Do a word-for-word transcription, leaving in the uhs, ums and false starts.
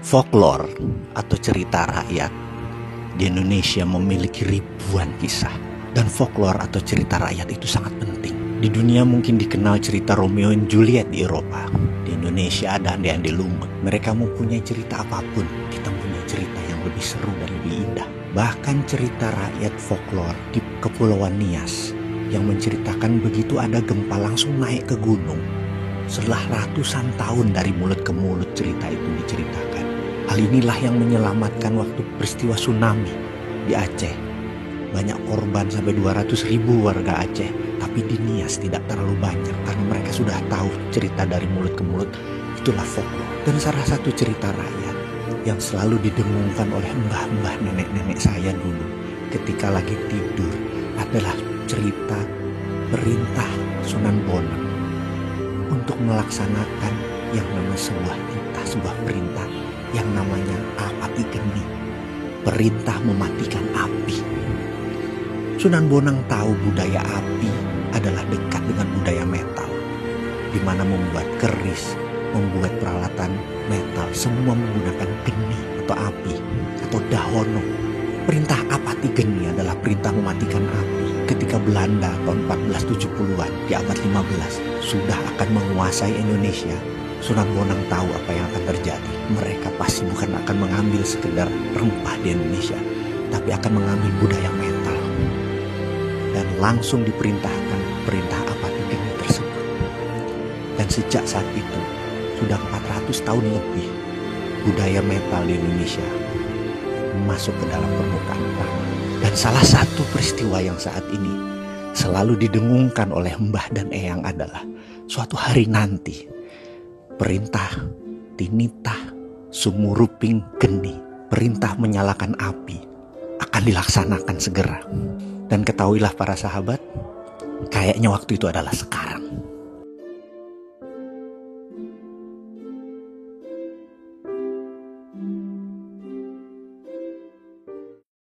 Folklore atau cerita rakyat di Indonesia memiliki ribuan kisah. Dan folklore atau cerita rakyat itu sangat penting. Di dunia mungkin dikenal cerita Romeo and Juliet di Eropa. Di Indonesia ada Ande-Ande Lumut. Mereka mempunyai cerita apapun. Kita punya cerita yang lebih seru dan lebih indah. Bahkan cerita rakyat folklore di Kepulauan Nias yang menceritakan begitu ada gempa langsung naik ke gunung. Setelah ratusan tahun dari mulut ke mulut cerita itu diceritakan. Hal inilah yang menyelamatkan waktu peristiwa tsunami di Aceh. Banyak korban sampai dua ratus ribu warga Aceh. Tapi di Nias tidak terlalu banyak karena mereka sudah tahu cerita dari mulut ke mulut. Itulah folklore. Dan salah satu cerita rakyat yang selalu didengungkan oleh mbah-mbah nenek-nenek saya dulu ketika lagi tidur adalah cerita perintah Sunan Bonang untuk melaksanakan yang namanya sebuah titah, sebuah perintah yang namanya Apati Geni, perintah mematikan api. Sunan Bonang tahu budaya api adalah dekat dengan budaya metal, di mana membuat keris, membuat peralatan metal, semua menggunakan geni atau api atau dahono. Perintah Apati Geni adalah perintah mematikan api. Ketika Belanda tahun empat belas tujuh puluhan di abad lima belas sudah akan menguasai Indonesia, Sunan Bonang tahu apa yang akan terjadi. Mereka pasti bukan akan mengambil sekedar rempah di Indonesia, tapi akan mengambil budaya metal. Dan langsung diperintahkan perintah Apati Geni tersebut. Dan sejak saat itu sudah empat ratus tahun lebih budaya metal di Indonesia masuk ke dalam permukaan tanah. Dan salah satu peristiwa yang saat ini selalu didengungkan oleh Mbah dan Eyang adalah suatu hari nanti perintah Tinitah Sumuruping Geni, perintah menyalakan api, akan dilaksanakan segera. Dan ketahuilah para sahabat, kayaknya waktu itu adalah sekarang.